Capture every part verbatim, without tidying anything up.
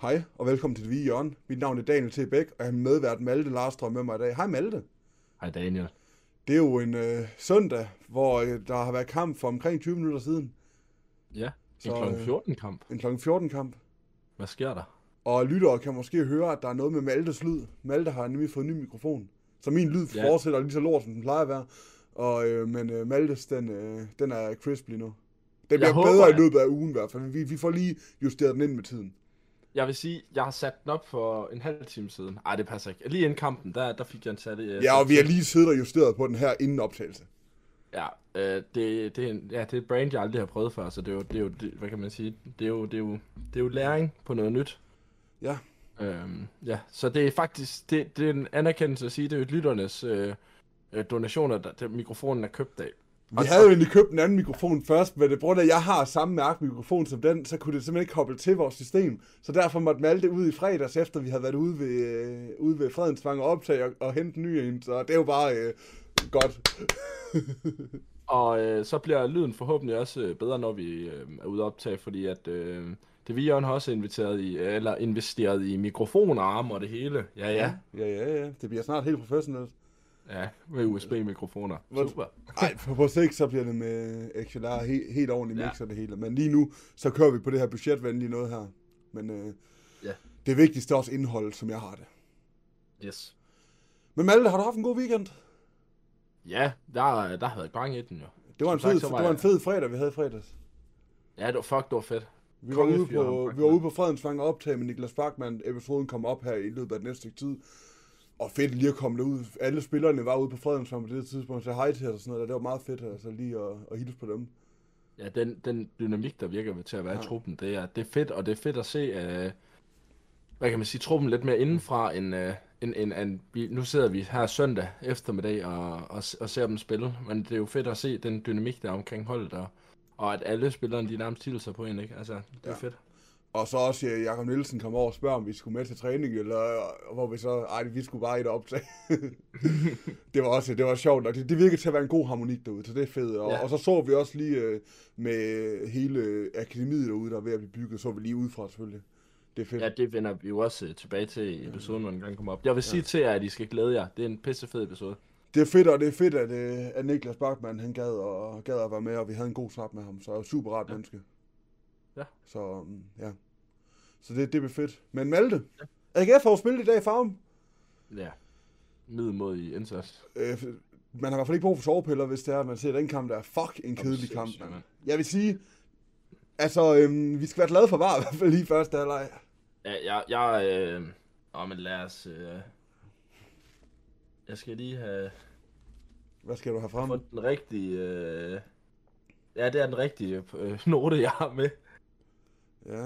Hej, og velkommen til Det Hvide Hjørne. Mit navn er Daniel T. Bæk, og jeg har medvært Malte Larstrøm med mig i dag. Hej Malte. Hej Daniel. Det er jo en øh, søndag, hvor øh, der har været kamp for omkring tyve minutter siden. Ja, en Så, klokken fjorten kamp. En klokken fjorten kamp. Hvad sker der? Og lyttere kan måske høre, at der er noget med Maltes lyd. Malte har nemlig fået en ny mikrofon, så min lyd Ja. fortsætter lige så lort, som den plejer at være. Og, øh, men øh, Maltes, den, øh, den er crisp lige nu. Den Jeg bliver håber, bedre i at- løbet af ugen i hvert fald. Vi, vi får lige justeret den ind med tiden. Jeg vil sige, jeg har sat den op for en halv time siden. Ej, det passer ikke. Lige inden kampen, der, der fik jeg en sat. Øh, Ja, og vi har lige siddet og justeret på den her inden optagelse. Ja, øh, det, det, er en, ja, det er et brand, jeg aldrig har prøvet før, så det er jo, det er jo det, hvad kan man sige, det er jo, det er jo, det er jo læring på noget nyt. Ja. Øhm, ja, så det er faktisk, det, det er en anerkendelse at sige, det er jo et lytternes øh, øh, donationer, der, der mikrofonen er købt af. Vi Og- havde jo egentlig købt en anden mikrofon først, men det grund af, at jeg har samme mærke mikrofon som den, så kunne det simpelthen ikke koble til vores system. Så derfor måtte Malte ud i fredags, efter vi havde været ude ved, øh, ude ved Fredensvang og optage og, og hente en ny en. Så det er jo bare øh, godt. Og øh, så bliver lyden forhåbentlig også øh, bedre, når vi øh, er ude at optage, fordi at øh, Det Hvide Hjørne har også inviteret i, eller investeret i mikrofonarme og det hele. Ja, ja. Ja, ja, ja. Det bliver snart helt professionelt. Ja, med U S B-mikrofoner. Hvor- Super. Nej, på, på sigt så bliver det med X L R he, helt ordentligt Ja. mix og det hele. Men lige nu, så kører vi på det her budgetvenlige noget her. Men øh, Ja. det vigtigste er også indholdet, som jeg har det. Yes. Men Malte, har du haft en god weekend? Ja, der, der havde jeg gang i den jo. Det var en Som sagt, fed, så var det var en jeg- fed fredag, vi havde i fredags. Ja, det var, fuck, det var fedt. Vi var, ude Kongefyr på, omkring vi var det. ude på Fredensvang og optage med Niklas Bachmann. Episoden kom op her i løbet af den næste stykke tid. Og fedt lige at komme derud. Alle spillerne var ude på Fredensvang på det tidspunkt og sagde hej til os og sådan noget. Det var meget fedt altså, lige at, at hilse på dem. Ja, den, den dynamik, der virker til at være Ja. i truppen, det er, det er fedt, og det er fedt at se, øh, hvad kan man sige, truppen lidt mere indenfra, end, øh, end, end, end vi, nu sidder vi her søndag eftermiddag og, og, og ser dem spille, men det er jo fedt at se den dynamik, der er omkring holdet, og, og at alle spillerne, de nærmest hilser på en, ikke? Altså, det er Ja. fedt. Og så også ja, Jakob Nielsen kom over og spørger, om vi skulle med til træning, eller hvor vi så, ej, vi skulle bare i det optage. det var også, det var sjovt, og det, det virkede til at være en god harmonik derude, så det er fedt. Og, Ja. og så så vi også lige øh, med hele akademiet derude, der er ved at blive bygget, så vi lige udefra selvfølgelig. Det er fedt. Ja, det vender vi jo også øh, tilbage til i episoden, når den gang kommer op. Jeg vil sige til jer, at I skal glæde jer. Det er en pissefed episode. Det er fedt, og det er fedt, at, øh, at Niklas Bachmann, han gad, og, gad at være med, og vi havde en god snak med ham, så er jo super rart Ja. menneske. Ja. Så um, ja. Så det, det bliver fedt. Men Malte, A G F har jo spillet i dag i Farm. Ja. Middelmodig indsats. Øh, man har i hvert fald ikke brug for sovepiller, hvis det er, at man ser den kamp, der er fuck en kedelig sindssygt, kamp, mand. mand. Jeg vil sige, altså, øhm, vi skal være glade for var i hvert fald lige første halvleg. Ja, jeg... jeg øh... Åh, men lad os... Øh... Jeg skal lige have... Hvad skal du have frem? Få den rigtige... Øh... Ja, det er den rigtige øh, note, jeg har med. Ja.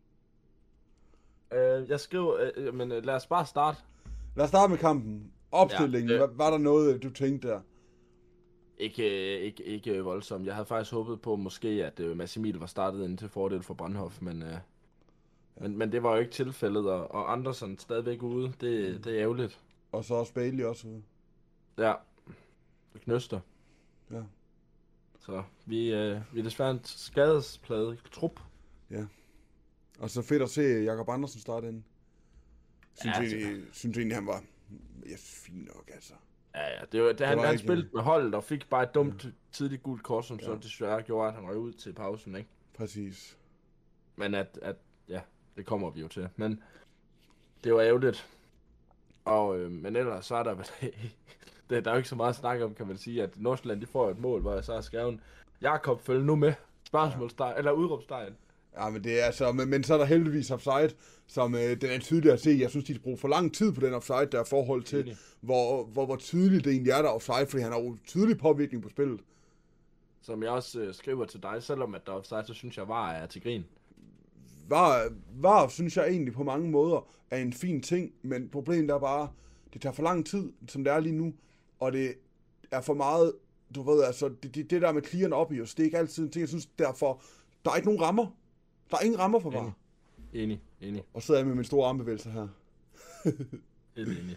Øh, jeg skriver... Øh, men øh, lad os bare starte. Lad os starte med kampen. Opstillingen, Ja, ja, øh. var, var der noget, du tænkte der? Ikke, øh, ikke, ikke øh, voldsomt. Jeg havde faktisk håbet på måske, at øh, Mads Emil var startet ind til fordel for Brandhoff, men, øh, men, men det var jo ikke tilfældet, og, og Andersen stadigvæk ude. Det, det er ærgerligt. Og så også Bailey også ude. Ja, det knyster. Ja. Så vi, øh, vi er desværre en skadesplade trup. Og så fedt at se Jakob Andersen starte ind. Synes, Ja, ja, egentlig, synes egentlig, han var ja, fin nok, altså. Ja, ja, det var, det, han, var han ikke- spillede med holdet og fik bare et dumt ja. tidligt gult kort, som ja. så Ja. desværre gjorde, at han røg ud til pausen, ikke? Præcis. Men at, at, ja, det kommer vi jo til. Men det var ærgerligt. Og, øh, men ellers så er der vel... det, der er jo ikke så meget at snakke om, kan man sige, at Nordsjælland, de får et mål, hvor jeg så har skrevet, Jakob, følg nu med. Spørgsmålstegn, ja. eller udråbstegn. Ja, men det er altså, men, men så er der heldigvis offside, som øh, den er tydelig at se. Jeg synes, de har brugt for lang tid på den offside, der er forhold til, Enig. hvor, hvor, hvor tydeligt det egentlig er, der er offside, fordi han har jo tydelig påvirkning på spillet. Som jeg også øh, skriver til dig, selvom at der er offside, så synes jeg, var er til grin. Var, var, synes jeg egentlig på mange måder, er en fin ting, men problemet er bare, det tager for lang tid, som det er lige nu, og det er for meget, du ved, altså, det, det, det der med clearen op i os, det er ikke altid en ting, jeg synes, derfor, der er ikke nogen rammer. Der er ingen rammer for var. Enig. Enig, enig. Og så sidder jeg med min store armbevægelse her. Helt enig.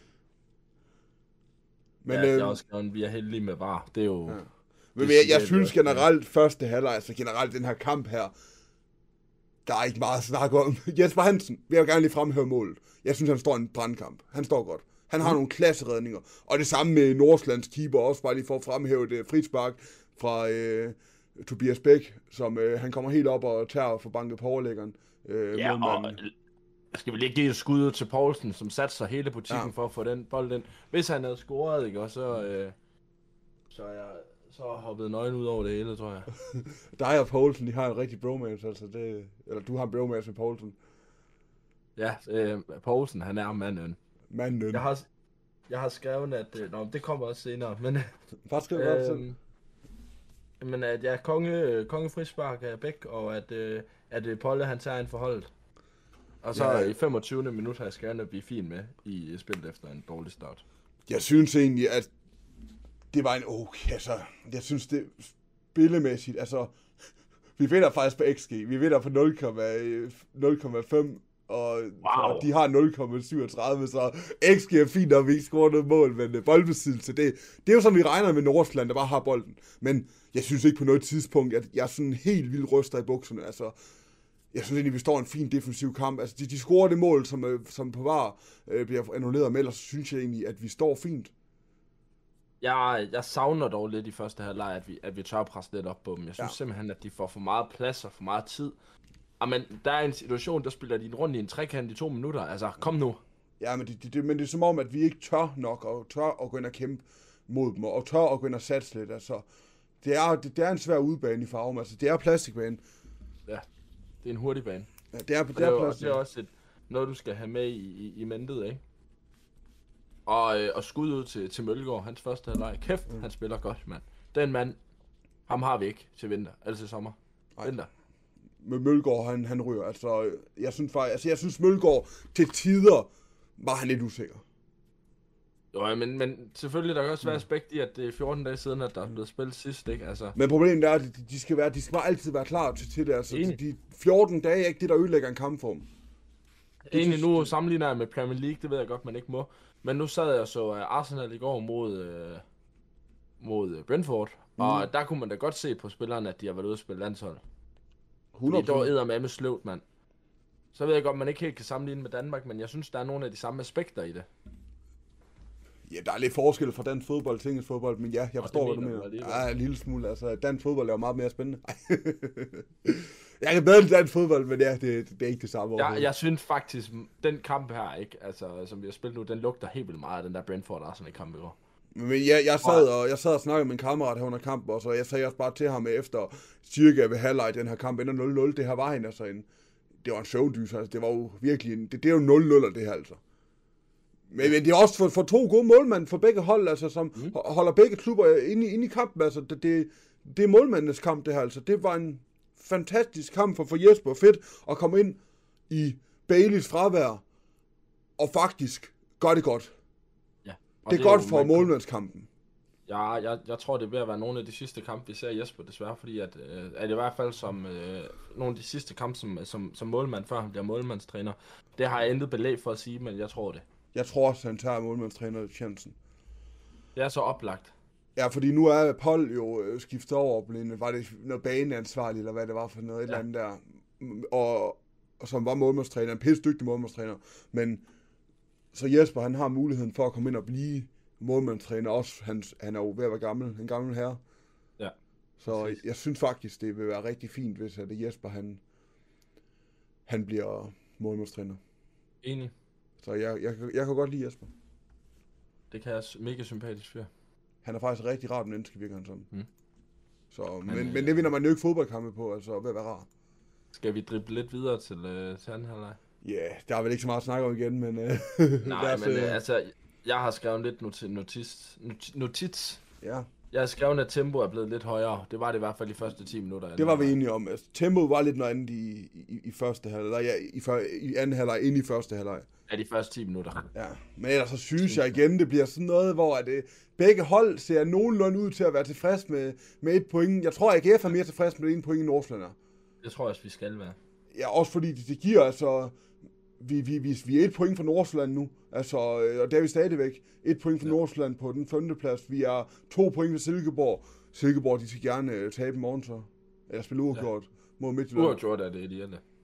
Men, ja, jeg øh, har også skrevet, vi er heldige med var. Det er jo... Ja. Ja. Men Det jeg, siger jeg det synes også, generelt, første halvleg, altså generelt den her kamp her, der er ikke meget at snakke om. Jesper Hansen vil jeg gerne lige fremhæve målet. Jeg synes, han står i en brandkamp. Han står godt. Han har mm. nogle klasseredninger. Og det samme med Nordsjællands keeper, også bare lige for at fremhæve det frispark fra øh, Tobias Bæk, som øh, han kommer helt op og tager for banket på overlæggeren. Øh, ja, og skal vi lige give et skud til Poulsen, som satte sig hele butikken ja. for at få den bold ind. Hvis han havde scoret, ikke, og så, øh, så er jeg så hoppet nøgen ud over det hele, tror jeg. Dig og Poulsen, de har en rigtig bromance, altså det, eller du har en bromance med Poulsen. Ja, øh, Poulsen, han er manden. Manden. Jeg har, jeg har skrevet, at øh, nå, det kommer også senere, men hvad skal du øh, selv? Men at jeg er konge, konge frispark af Bæk, og at, øh, at øh, Polle, han tager en forholdet. Og så ja. i femogtyvende minut har jeg skrevet at blive fin med i spillet efter en dårlig start. Jeg synes egentlig, at det var en okay, altså, jeg synes det spillemæssigt, altså, vi vinder faktisk på X G, vi vinder på nul komma fem, og, wow. og de har nul komma syvogtredive, så X G er fint, når vi ikke scorer noget mål, men boldbesiddelse, det, det er jo sådan, vi regner med Nordsjælland, der bare har bolden, men jeg synes ikke på noget tidspunkt, at jeg er sådan helt vildt ryster i bukserne, altså, jeg synes egentlig, vi står en fin defensiv kamp, altså, de, de scorer det mål, som, som på var øh, bliver annulleret med, ellers synes jeg egentlig, at vi står fint. Jeg, jeg savner dog lidt i første halvleg, at vi, at vi tør presse lidt op på dem. Jeg synes ja. simpelthen, at de får for meget plads og for meget tid. Men der er en situation, der spiller de rundt i en trekant i to minutter. Altså, kom nu. Ja, men det, det, men det er som om, at vi ikke tør nok, og tør at gå ind og kæmpe mod dem, og tør at gå ind og satse lidt. Altså, det er, det, det er en svær udbane i farven. Altså, det er plastikbane. Ja, det er en hurtig bane. Ja, det er, det det er, er plastik. Det er også et, noget, du skal have med i, i, i mentet, ikke? Og, øh, og skud ud til, til Mølgaard, hans første halvleg. Kæft, mm. han spiller godt, mand. Den mand, ham har vi ikke til vinter, altså til sommer. Ej. Vinter. Med Mølgaard, han, han ryger. Altså, jeg synes faktisk, altså, jeg synes Mølgaard til tider var han lidt usikker. Jo, men, men selvfølgelig, der kan også være aspekt i, at det er fjorten dage siden, at der er blevet spillet sidst, ikke? Altså. Men problemet er, at de, de skal være, de skal bare altid være klar til, til det. Altså, de, de fjorten dage er ikke det, der ødelægger en kampform. Egentlig nu sammenligner jeg med Premier League, det ved jeg godt, man ikke må. Men nu sad jeg og så Arsenal i går mod, øh, mod Brentford, mm. og der kunne man da godt se på spillerne, at de har været ude at spille landshold. hundrede procent. Fordi der æder med sløvt, mand. Så ved jeg godt, man ikke helt kan sammenligne med Danmark, men jeg synes, der er nogle af de samme aspekter i det. Ja, der er lidt forskel fra dansk fodbold til engelsk fodbold, men ja, jeg forstår, hvad du mener. Ja, en lille smule. Altså, dansk fodbold er jo meget mere spændende. Jeg kan bedre lide dansk fodbold, men ja, det, det er ikke det samme. Jeg, jeg synes faktisk, den kamp her, ikke, altså, som vi har spillet nu, den lugter helt vildt meget af den der Brentford-Arsenal-kamp i år. Men jeg, jeg, sad og, jeg sad og snakkede med en kammerat her under kampen, og så jeg sagde også bare til ham efter cirka ved halvleg den her kamp ender nul nul. Det her var en, altså en, det var en søvndys, altså det var jo virkelig en, det, det er jo nul nul det her altså. Men, men det er også for, for to gode målmænd for begge hold, altså som mm. holder begge klubber inde, inde i kampen, altså det, det, det er målmændenes kamp det her, altså det var en fantastisk kamp for, for Jesper, fedt at komme ind i Baileys fravær og faktisk gør det godt. Ja, det er det godt er for målmandskampen. Ja, jeg, jeg tror, det er ved at være nogle af de sidste kampe, vi ser Jesper, desværre, fordi at, øh, at i hvert fald som øh, nogle af de sidste kampe som, som, som målmand, før han bliver målmandstræner, det har jeg intet belæg for at sige, men jeg tror det. Jeg tror også, han tager målmandstræner-chancen. Det er så oplagt. Ja, fordi nu er Paul jo øh, skiftet over, blevet, var det noget baneansvarlig, eller hvad det var for noget, et ja. eller andet der, og, og som var målmandstræner, en pisse dygtig målmandstræner, men så Jesper, han har muligheden for at komme ind og blive målmandstræner, også han, han er jo ved at være gammel, en gammel herre. Ja. Så jeg, jeg synes faktisk, det vil være rigtig fint, hvis at Jesper, han, han bliver målmandstræner. Enig. Så jeg, jeg, jeg kan godt lide Jesper. Det kan jeg mega sympatisk fyre. Han er faktisk rigtig rart menneske, virker han sådan. Mm. Så, men, men, men det vinder man jo ikke fodboldkampe på, altså ved at være rar. Skal vi drible lidt videre til, øh, til anden halvleg? Ja, yeah, der er vel ikke så meget at snakke om igen, men... Øh, Nej, men øh, altså, jeg har skrevet lidt notis, notis, notits. Ja. Jeg har skrevet, at tempo er blevet lidt højere. Det var det i hvert fald de første ti minutter. Det var vi enige om. Altså, tempoet var lidt noget andet i, i, i første halvleg, ja, i, i anden halvleg, ind i første halvleg. Ja, de første ti minutter. Ja, men ellers så synes jeg igen, det bliver sådan noget, hvor at, øh, begge hold ser nogenlunde ud til at være tilfreds med, med et point. Jeg tror, at A G F er mere tilfreds med en point end Nordsjælland. Det tror jeg også, vi skal være. Ja, også fordi det, det giver altså... Vi, vi, vi, vi er et point fra Nordsjælland nu, altså, og det er vi stadigvæk. Et point fra ja. Nordsjælland på den femte plads. Vi er to point fra Silkeborg. Silkeborg, de skal gerne uh, tabe morgen så. Eller spille uafgjort ja. mod Midtjylland. Uafgjort er det ideelle.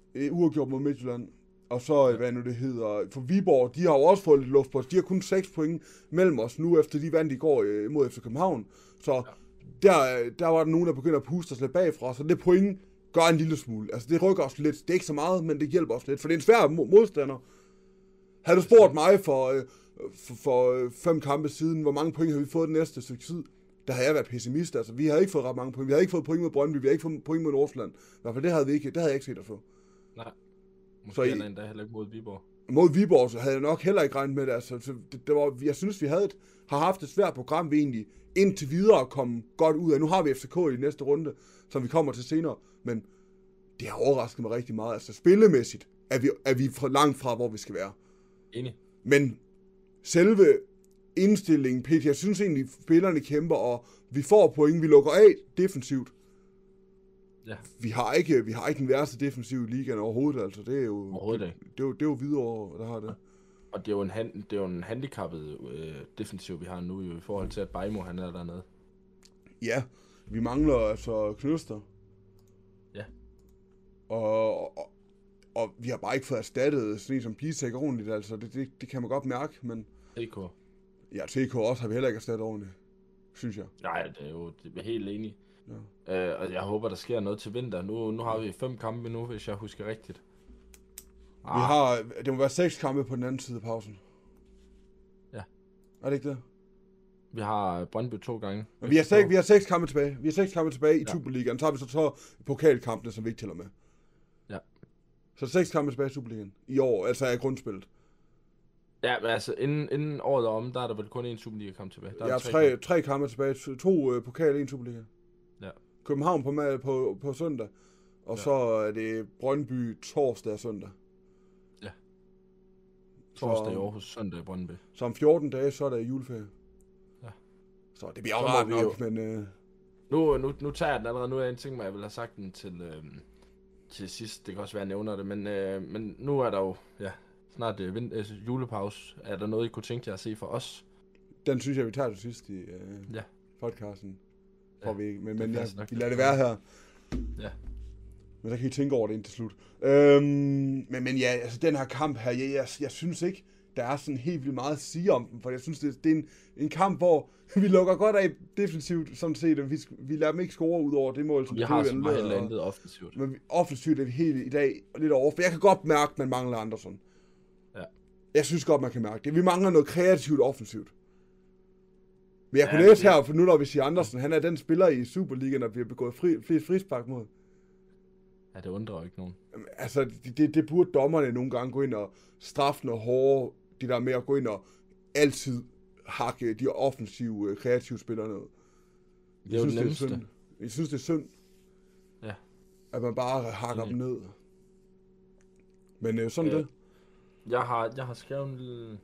øh, uafgjort mod Midtjylland. Og så, hvad nu det hedder, for Viborg, de har jo også fået lidt luft på os. De har kun seks point mellem os nu, efter de vandt i går øh, mod F C København. Så ja. der, der var der nogen, der begynder at puste os lidt bagfra, så det point gør en lille smule. Altså, det rykker os lidt. Det er ikke så meget, men det hjælper os lidt, for det er en svær modstander. Havde du spurgt mig for, øh, for, for fem kampe siden, hvor mange point har vi fået den næste stykke tid, der havde jeg været pessimist. Altså, vi havde ikke fået ret mange point. Vi havde ikke fået point mod Brøndby, vi havde ikke fået point mod Nordsjælland. I hvert fald det havde vi ikke. Det havde jeg ikke set at få. Nej. Måske så i, endda heller ikke mod Viborg. Mod Viborg, så havde jeg nok heller ikke regnet med det. Altså, så det, det var, jeg synes, vi havde et, har haft et svært program, vi egentlig indtil videre kom godt ud af. Nu har vi F C K i næste runde, som vi kommer til senere, men det har overrasket mig rigtig meget. Altså, spillemæssigt er vi, er vi for langt fra, hvor vi skal være. Enig. Men selve indstillingen, Peter, jeg synes egentlig, spillerne kæmper, og vi får point, vi lukker af defensivt. Ja. Vi har ikke, vi har ikke den værste defensiv i ligaen overhovedet, altså det er jo overhovedet ikke. Det, det, er jo, det er jo Hvidovre, der har det. Og det er jo en hand, det er jo en handicappet øh, defensiv vi har nu jo, i forhold til at Bajmo han er dernede. Ja, vi mangler altså Knøster. Ja. Og, og, og vi har bare ikke fået erstattet sådan en som Pisek ordentligt, altså det, det, det kan man godt mærke, men T K. Ja, T K også har vi heller ikke erstattet ordentligt, synes jeg. Nej, det er jo det er helt enig. Ja. Øh, og jeg håber, der sker noget til vinter. Nu, nu har vi fem kampe nu, hvis jeg husker rigtigt. Ah. Vi har, det må være seks kampe på den anden side af pausen. Ja. Er det ikke det? Vi har Brøndby to gange. Men vi har, seks, vi har seks kampe tilbage. Vi har seks kampe tilbage i ja. Superligaen. Så har vi så, så pokalkampene, som vi ikke tæller med. Ja. Så seks kampe tilbage i Superligaen i år, altså er grundspillet. Ja, men altså inden, inden året er om, der er der vel kun én Superliga-kamp tilbage. Der er ja, tre, tre, tre kampe tilbage. To uh, pokal, en Superliga. Ja. København på, på, på søndag. Og ja. så er det Brøndby torsdag og søndag. Ja. Torsdag i Aarhus, søndag i Brøndby. Så om fjorten dage, så er der juleferie. Ja. Så det bliver rart nok, jo... men... Uh... Nu, nu, nu tager jeg den allerede. Nu er jeg en ting, jeg vil have sagt den til, øh, til sidst. Det kan også være, at jeg nævner det. Men, øh, men nu er der jo ja, snart øh, vind, øh, julepause. Er der noget, I kunne tænke jer at se for os? Den synes jeg, vi tager til sidst i øh, ja. podcasten. Ja, vi, men men ja, nok, vi lader det være her. Ja. Men så kan I tænke over det indtil slut. Øhm, men, men ja, altså den her kamp her, jeg, jeg, jeg synes ikke, der er sådan helt vildt meget at sige om den, for jeg synes, det, det er en, en kamp, hvor vi lukker godt af defensivt, sådan set, og vi, vi lader dem ikke score ud over det mål, som vi har så meget heller intet offensivt. Men offensivt er vi helt i dag lidt over, for jeg kan godt mærke, at man mangler Andersen. Ja. Jeg synes godt, man kan mærke det. Vi mangler noget kreativt offensivt. Men jeg ja, kunne læse her, for nu når vi siger Andersen, han er den spiller i Superligaen, der bliver begået fri, flest frispark mod. Ja, det undrer jo ikke nogen. Altså, det, det, det burde dommerne nogle gange gå ind og straffe noget hårdere, det der med at gå ind og altid hakke de offensive, kreative spillere ned. Det er jo det nemmeste. Det jeg synes, det er synd, ja. at man bare hakker ja. dem ned. Men øh, sådan øh, det. Jeg har, jeg har skrevet en lille...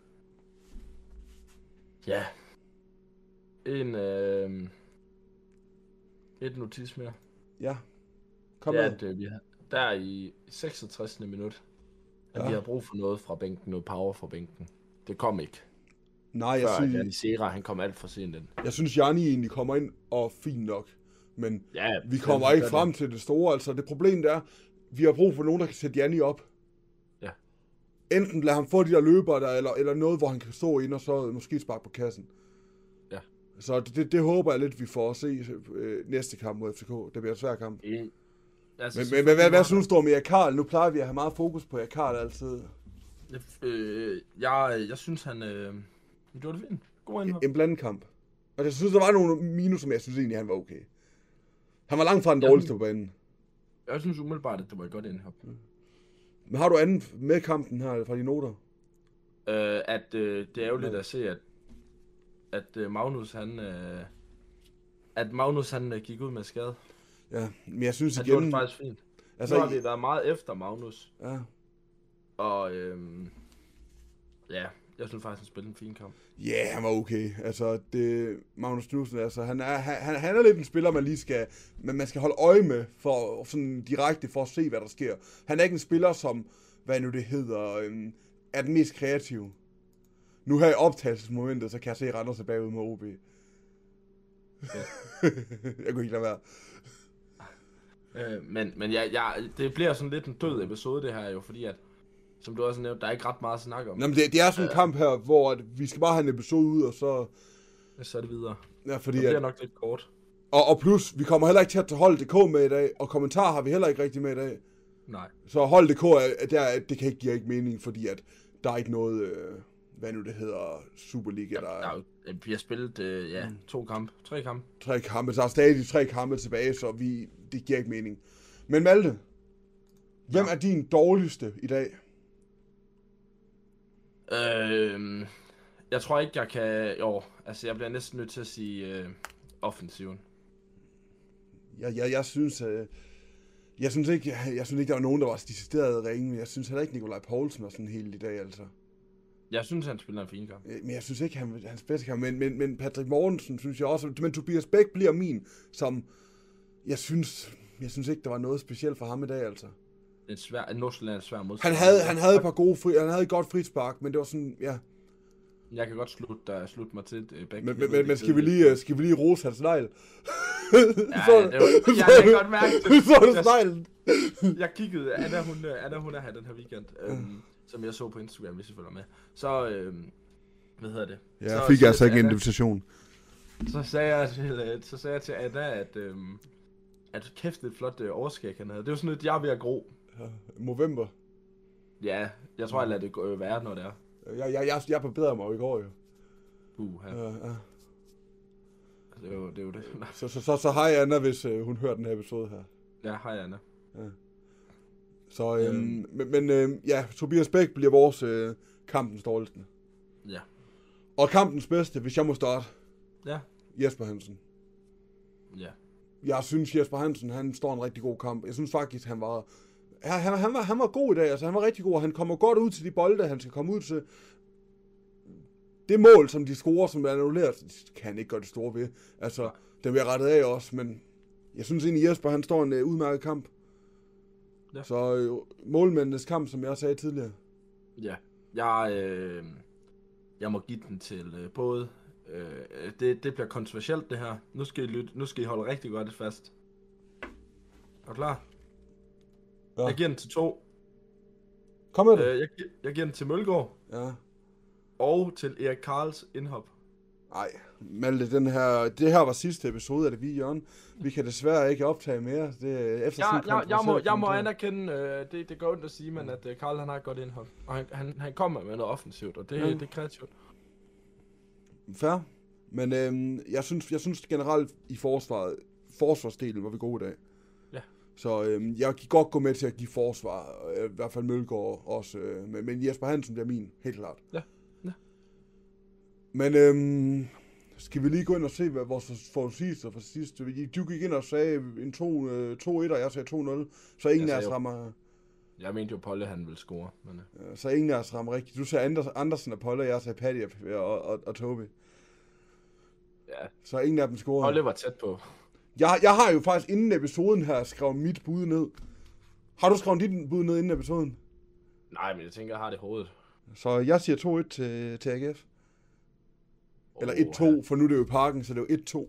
Ja. En, øh... Et notis mere. Ja. Kom det er, at øh, vi har, der i seksogtressende minut, at ja. vi har brug for noget fra bænken, noget power fra bænken. Det kom ikke. Nej, jeg Før, synes... Janni Sera, han kom alt for sent ind. Jeg synes, Janni egentlig kommer ind og fint nok. Men ja, vi kommer ikke frem det. til det store. Altså, det problem der er, vi har brug for nogen, der kan sætte Janni op. Ja. Enten lade ham få de der løbere der, eller, eller noget, hvor han kan stå ind og så måske sparke på kassen. Ja. Så det, det, det håber jeg lidt, vi får at se øh, næste kamp mod F C K. Det bliver en svær kamp. Mm. Altså, men men hvad, hvad, hvad synes du om Erik Karl? Nu plejer vi at have meget fokus på Erik Karl altid. Øh, jeg, jeg synes, han øh, gjorde det fint. God indhop. En blandet kamp. Og jeg synes, der var nogle minus, som jeg synes egentlig, han var okay. Han var langt fra den dårligste på banen. Jeg synes umiddelbart, at det var et godt indhop. Mm. Men har du andet med kampen her fra de noter? Øh, at øh, det er jo lidt at se, at, at øh, Magnus, han... Øh, at Magnus, han øh, gik ud med skade. Ja, men jeg synes han igen... Han gjorde det faktisk fint. Altså, nu har vi været meget efter Magnus. Ja. Og øhm, ja, jeg synes faktisk, han spillede en fin kamp. Ja, yeah, han var okay. Altså, det, Magnus Knudsen, altså, han er, han, han er lidt en spiller, man lige skal, men man skal holde øje med, for sådan direkte, for at se, hvad der sker. Han er ikke en spiller, som, hvad nu det hedder, øhm, er den mest kreative. Nu her i optagelsesmomentet, så kan jeg se Randers er bagud med O B. Ja. Jeg kunne ikke lade være. Øh, men men ja, ja, det bliver sådan lidt en død episode, det her jo, fordi at, som du også nævnte, der er ikke ret meget at snakke om. Nå, men det, det er sådan en øh, kamp her, hvor at vi skal bare have en episode ud, og så... Så er det videre. Ja, fordi det bliver at, nok lidt kort. Og, og plus, vi kommer heller ikke til at tage hold punktum d k med i dag, og kommentarer har vi heller ikke rigtig med i dag. Nej. Så hold punktum d k, er, der, det kan ikke give ikke mening, fordi at der er ikke noget, øh, hvad nu det hedder, Superliga, der er... Ja, vi har spillet, øh, ja, to kampe, tre kampe. Tre kampe, så er stadig tre kampe tilbage, så vi, det giver ikke mening. Men Malte, hvem ja. er din dårligste i dag? Øh, jeg tror ikke, jeg kan... Jo, altså jeg bliver næsten nødt til at sige øh, offensiven. Jeg, jeg, jeg synes... Øh, jeg synes ikke, jeg, jeg synes ikke, der var nogen, der var decideret ringe, men jeg synes heller ikke, Nikolaj Poulsen var sådan helt i dag, altså. Jeg synes, han spiller en fin kamp. Men jeg synes ikke, han hans bedste kamp. Men, men, men Patrick Mortensen synes jeg også. Men Tobias Bæk bliver min, som... Jeg synes, jeg synes ikke, der var noget specielt for ham i dag, altså. En svær, en Nordsjælland svær modstand. Han havde, han havde et par gode fri, han havde et godt frispark, men det var sådan, ja. Jeg kan godt slutte, uh, slutte mig til uh, Bæk. Men, men, men, men skal, vi lige, skal vi lige rose hans negl? Ja, så, det var, jeg, jeg kan godt mærke det. Så du sneglen? Jeg kiggede, Anna hun, Anna, hun er her den her weekend, øhm, som jeg så på Instagram, hvis I følger med. Så, øhm, hvad hedder det? Ja, så, fik jeg altså ikke en Anna, invitation. Så sagde jeg til, så sagde jeg til Anna, at, øhm, at kæft et flot øh, overskæg han havde. Det var sådan noget, jeg er ved at gro. Ja, november. Ja, jeg tror, jeg lader det gå, øh, være, når det er. Jeg, jeg, jeg, jeg forbedrede mig jo i går, jo. Uh, ja. Ja, ja. Det er jo det. Er jo det. Så, så, så, så hej Anna, hvis øh, hun hører den her episode her. Ja, hej Anna. Ja. Så, øhm, øhm. men, men øhm, ja, Tobias Bæk bliver vores øh, kampens dårligste. Ja. Og kampens bedste, hvis jeg må starte. Ja. Jesper Hansen. Ja. Jeg synes, Jesper Hansen, han står en rigtig god kamp. Jeg synes faktisk, han var... Han, han, han, var, han var god i dag, altså han var rigtig god. Han kommer godt ud til de bolde, han skal komme ud til. Det mål, som de scorer, som er annulleret, kan han ikke gøre det store ved. Altså, den bliver rettet af også, men jeg synes egentlig, Jesper, han står en uh, udmærket kamp. Ja. Så uh, målmændenes kamp, som jeg sagde tidligere. Ja, jeg, øh, jeg må give den til øh, både... Øh, det, det bliver kontroversielt, det her. Nu skal I lytte, nu skal I holde rigtig godt fast. Er du klar? Ja. Jeg giver den til to. Kom med det. Øh, jeg, jeg giver den til Mølgaard. Ja. Og til Erik Karls indhop. Nej, Malte, den her, det her var sidste episode af Det Hvide Hjørne. Vi kan desværre ikke optage mere. Det, efter ja, jeg, jeg, må, jeg må anerkende, øh, det, det går ondt at sige, men at øh, Karl han har et godt indhop. Og han, han, han kommer med noget offensivt, og det, ja. det er kreativt. Fair. Men øhm, jeg, synes, jeg synes generelt i forsvaret, forsvarsdelen var vi gode i dag. Ja. Så øhm, jeg kan godt gå med til at give forsvar, øh, i hvert fald Mølgaard også. Øh, men, men Jesper Hansen bliver min, helt klart. Ja. Ja. Men øhm, skal vi lige gå ind og se, hvad vores forudsigelser for sidste... Du gik ind og sagde en to et, og jeg sagde to nul, så ingen af os rammer... Jeg mente jo, Polle han ville score. Men... Ja, så ingen af os rammer rigtigt. Du sagde Anders, Andersen og Polle, og jeg sagde Paddy og, og, og Toby. Ja. Så ingen af dem scorede. Polle var tæt på. Jeg, jeg har jo faktisk inden episoden her skrevet mit bud ned. Har du skrevet dit bud ned inden episoden? Nej, men jeg tænker, jeg har det i hovedet. Så jeg siger to et til, til A G F. Eller et to, for nu er det jo i Parken, så det er jo et to.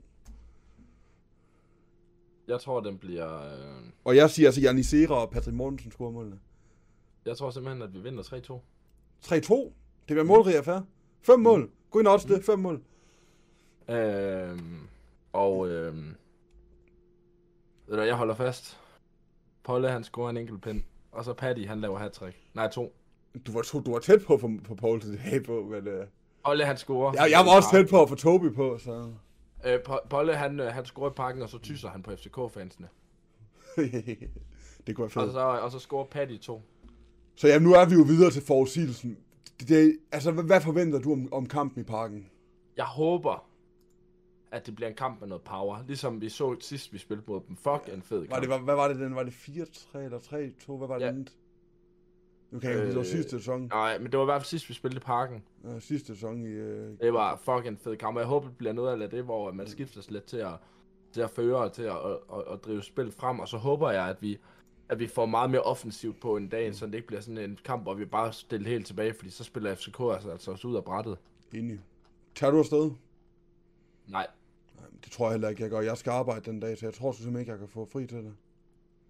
Jeg tror, den bliver... Øh... Og jeg siger altså, Janni Sera og Patrick Mortensen scorer målene. Jeg tror simpelthen, at vi vinder tre to. tre to? Det bliver målrig affære. Fem mål. Mm. Gå ind og odds det. Fem mål. Øhm, og... Øh... Ved du, jeg holder fast. Polle, han scorer en enkelt pind. Og så Paddy, han laver hat-trick. Nej, to. Du var, to, du var tæt på for, for Paul til det her på, men... Uh... Polle, han scorer. Ja, jeg var også tæt på at få Toby på, så... Øh, Polle, han, han scorer i Parken, og så tyser han på F C K-fansene. Det kunne være fedt. Og så, og så scorer Paddy to. Så ja, nu er vi jo videre til forudsigelsen. Det, det, altså, hvad forventer du om, om kampen i Parken? Jeg håber, at det bliver en kamp med noget power. Ligesom vi så sidst, vi spillede mod dem. Fuck, en fed kamp. Var det, hvad, hvad var det den? Var det fire tre eller tre to? Hvad var det ja. andet? Nu kan jeg ikke, det var sidste sæson. Nej, men det var i hvert fald sidst, vi spillede i Parken. Ja, sidste sæson i... Uh... Det var fucking fed kamp, og jeg håber, det bliver noget af det, hvor man skifter sig lidt til at, til at føre og til at, at, at, at drive spil frem, og så håber jeg, at vi, at vi får meget mere offensivt på en dag, så det ikke bliver sådan en kamp, hvor vi bare stiller helt tilbage, fordi så spiller F C K altså, altså også ud af brættet. Enig. Tager du afsted? Nej. Nej, det tror jeg heller ikke, jeg gør. Jeg skal arbejde den dag, så jeg tror simpelthen ikke, jeg kan få fri til det.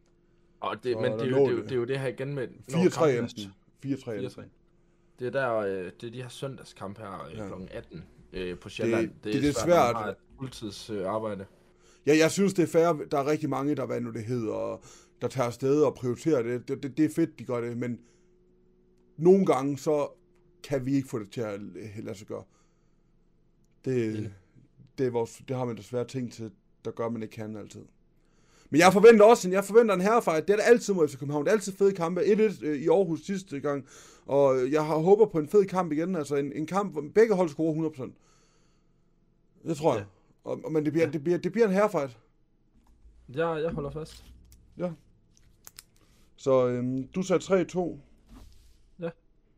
Og det, Så men er det der er, jo, det, er jo, mål. det er jo det her igen med... når fire tre kampene- enten. fire tre fire enten. tre. Det er der, øh, det er de her søndagskamp her øh, Ja. klokken atten øh, på Sjælland. det- det er svært, svært. når man har et fuldtids øh, arbejde. Ja, jeg synes, det er fair. Der er rigtig mange, der, hvad nu det hedder, der tager afsted og prioriterer det. Det, det. det er fedt, de gør det, men nogle gange, så kan vi ikke få det til at lade sig gøre. Det, det, er vores, det har man desværre ting til, der gør, man ikke kan altid. Men jeg forventer også, jeg forventer en herrefight. Det er der altid mod F C København. Det er altid fede kampe. et et i Aarhus sidste gang. Og jeg har håber på en fed kamp igen. Altså en, en kamp, hvor begge hold scorer hundrede procent. Det tror jeg. Ja. Og, men det bliver, det, bliver, det bliver en herrefight. Ja, jeg holder fast. Ja. Så øhm, du sagde tre to. Ja.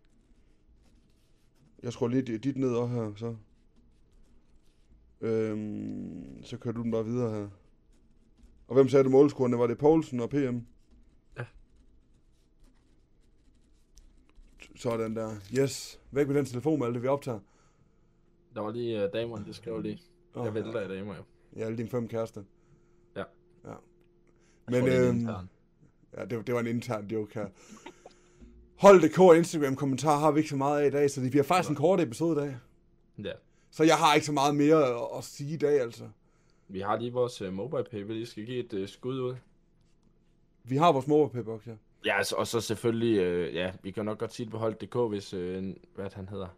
Jeg skruer lige dit- dit ned også her, så. Øhm, så kører du den bare videre her. Og hvem sagde du målscorerne? Var det Poulsen og P M? Ja. Sådan der. Yes. Væk med den telefon med alt det, vi optager. Der var lige uh, damerne, det skrev lige. Åh, Jeg vælter i damer jo. Ja, alle dine fem kærester. Ja. Ja. Men, Men, øhm, øhm, ja, det, det var en intern joke her. Hold det kort Instagram-kommentar har vi ikke så meget af i dag, så det bliver faktisk en kort episode i dag. Ja. Så jeg har ikke så meget mere at, at sige i dag, altså. Vi har lige vores uh, MobilePay, vi lige skal give et uh, skud ud. Vi har vores MobilePay-boks, ja. Ja, altså, og så selvfølgelig, øh, ja, vi kan nok godt sige det på Hold punktum d k, hvis, øh, hvad han hedder,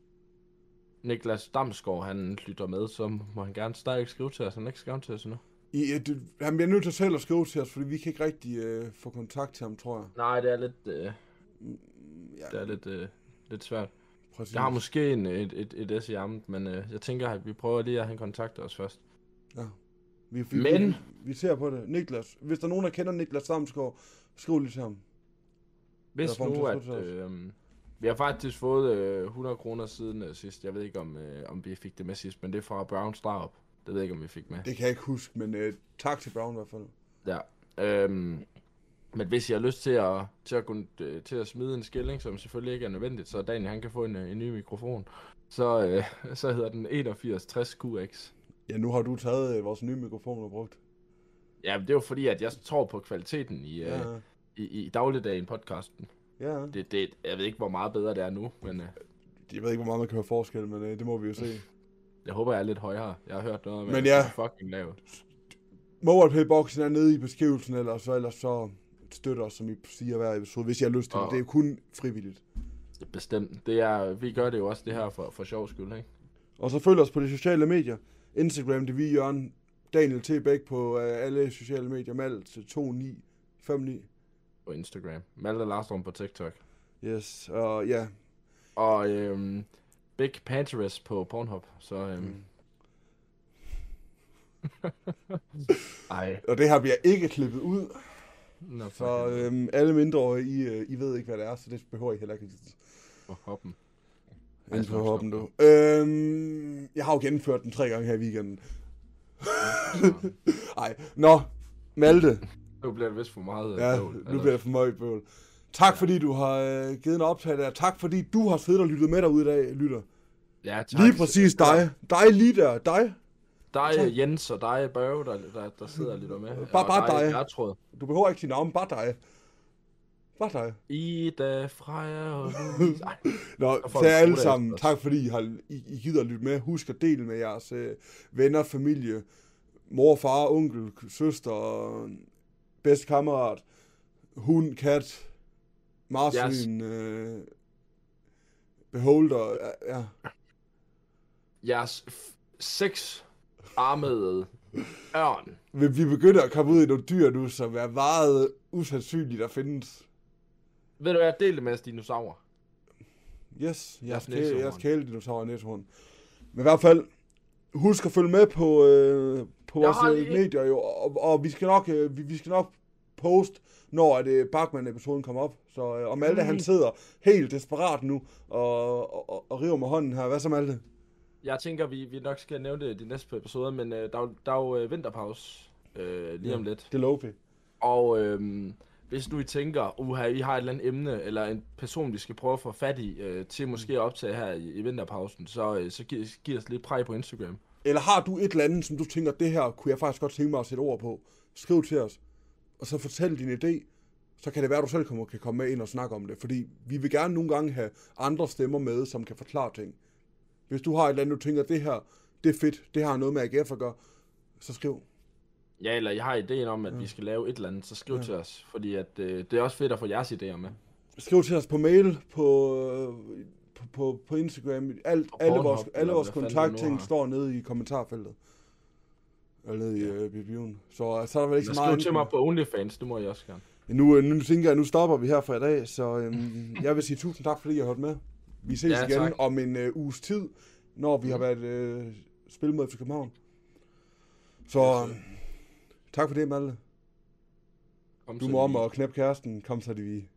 Niklas Damsgaard, han lytter med, så må han gerne stadig skrive til os, han ikke skrive til os endnu. I, øh, det, han bliver nødt til selv at skrive til os, fordi vi kan ikke rigtig øh, få kontakt til ham, tror jeg. Nej, det er lidt, øh, Ja, det er lidt, øh, lidt svært. præcis. Jeg har måske en, et, et, et S i armet, men øh, jeg tænker, at vi prøver lige at han kontakter os først. Ja. Vi, vi, Men- vi, vi ser på det. Niklas, hvis der er nogen, der kender Niklas Damsgaard, skriv lige til ham. Hvis Eller får ham nu, til at at skrive til øh, vi har faktisk fået øh, hundrede kroner siden øh, sidst, jeg ved ikke, om, øh, om vi fik det med sidst, men det er fra Brown Starup. Det ved jeg ikke, om vi fik med. Det kan jeg ikke huske, men øh, tak til Brown i hvert fald. Ja. Øhm, men hvis I har lyst til at, til at, gå, øh, til at smide en skilling, som selvfølgelig ikke er nødvendigt, så Daniel han kan få en, øh, en ny mikrofon, så, øh, så hedder den enogfirs tres Q X. Ja, nu har du taget øh, vores nye mikrofon og brugt. Ja, det er jo fordi, at jeg tror på kvaliteten i, øh, Ja, i, i dagligdagen podcasten. ja. Det, det, jeg ved ikke, hvor meget bedre det er nu, men øh, Jeg ved ikke, hvor meget man kan høre forskel, men øh, det må vi jo se. jeg håber, jeg er lidt højere. Jeg har hørt noget med, Men at ja. det er fucking lavt. MobilePay-boksen er nede i beskrivelsen, eller så, ellers så støtter os, som I siger hver episode, hvis I har lyst til det. Og- Det er jo kun frivilligt. Bestemt. Det er, vi gør det jo også det her for, for sjov skyld, ikke? Og så følg os på de sociale medier. Instagram, det vi Jørgen, Daniel T. Bæk på øh, alle sociale medier, Malte to ni fem ni. På Instagram. Malte Larstrøm på TikTok. Yes, og ja, Og øhm, Big Panterist på Pornhub. Så øhm, Mm. ej. og det her bliver ikke klippet ud, Nå, så øhm, alle mindreårige, I, øh, I ved ikke, hvad det er, så det behøver I heller ikke på hoppen. ind på hoppen, du. Øhm, jeg har jo gennemført den tre gange her i weekenden. Ej, nå, Malte. Nu bliver det vist for meget øh, Ja, bøvl, nu ellers. bliver det for meget bøvl. Tak fordi du har øh, givet en optag der. Tak fordi du har siddet og lyttet med derude i dag, lytter. Ja, tak. Lige præcis dig. Dig lige der. Dig. Dig, Tak. Jens og dig, Børge, der, der, der sidder og lytter med. Bare- Og bare dig. Gertrud. Du behøver ikke sige navn, bare dig. Bare dig. Ida, Freja og Louise. Ej, Nå, får til vi alle skruet af sammen, efter os. tak fordi I, har, I, I gider at lytte med. Husk at dele med jeres øh, venner, familie, mor, far, onkel, søster, bedste kammerat, hund, kat, marsvin, øh, beholder, ja, ja. jeres f- seks armede ørn. Vi, vi begynder at komme ud i nogle dyr nu, som er meget usandsynligt at findes. Ved du hvad, del det med os dinosaurer. Yes, jeres, Jeres kæle, næsehorn. jeres kæledinosaur og næsehorn. Men i hvert fald, husk at følge med på, øh, på Jeg vores har øh, lige- medier, jo, og, og vi skal nok, øh, vi, vi skal nok post, når at, øh, Bachmann-episoden kommer op. Så øh, og Malte, Mm. han sidder helt desperat nu, og, og, og, og river med hånden her. Hvad så, Malte? Jeg tænker, vi, vi nok skal nævne det i de næste episoder, men øh, der, er jo- der er jo øh, vinterpause øh, lige Ja. om lidt. Det lover vi. Og øhm, hvis nu I tænker, uha, I har et eller andet emne, eller en person, vi skal prøve at få fat i, øh, til måske at optage her i, i vinterpausen, så, øh, så giv, giv os lidt præg på Instagram. Eller har du et eller andet, som du tænker, det her kunne jeg faktisk godt tænke mig at sætte ord på? Skriv til os, og så fortæl din idé, så kan det være, at du selv kommer, kan komme med ind og snakke om det. Fordi vi vil gerne nogle gange have andre stemmer med, som kan forklare ting. Hvis du har et eller andet, du tænker, det her, det er fedt, det har noget med A G F at gøre, så skriv. Ja, eller jeg har ideen om, at ja. vi skal lave et eller andet, så skriv ja. til os. Fordi at, øh, det er også fedt at få jeres idéer med. Skriv til os på mail, på, på, på, på Instagram. Alt, alle vores, alle vores kontaktting står nede i kommentarfeltet. Eller nede ja. i uh, biblioen. Så, så er der vel ikke så meget... Skriv til mig på OnlyFans, det må jeg også gerne. Nu, nu tænker jeg, nu stopper vi her for i dag, så øhm, jeg vil sige tusind tak, fordi I har holdt med. Vi ses ja, igen tak. om en øh, uges tid, når vi mm. har været øh, spillet mod F C København. Så øh, tak for det, Malte. Du må om at knæppe kæresten. Kom så, det vi...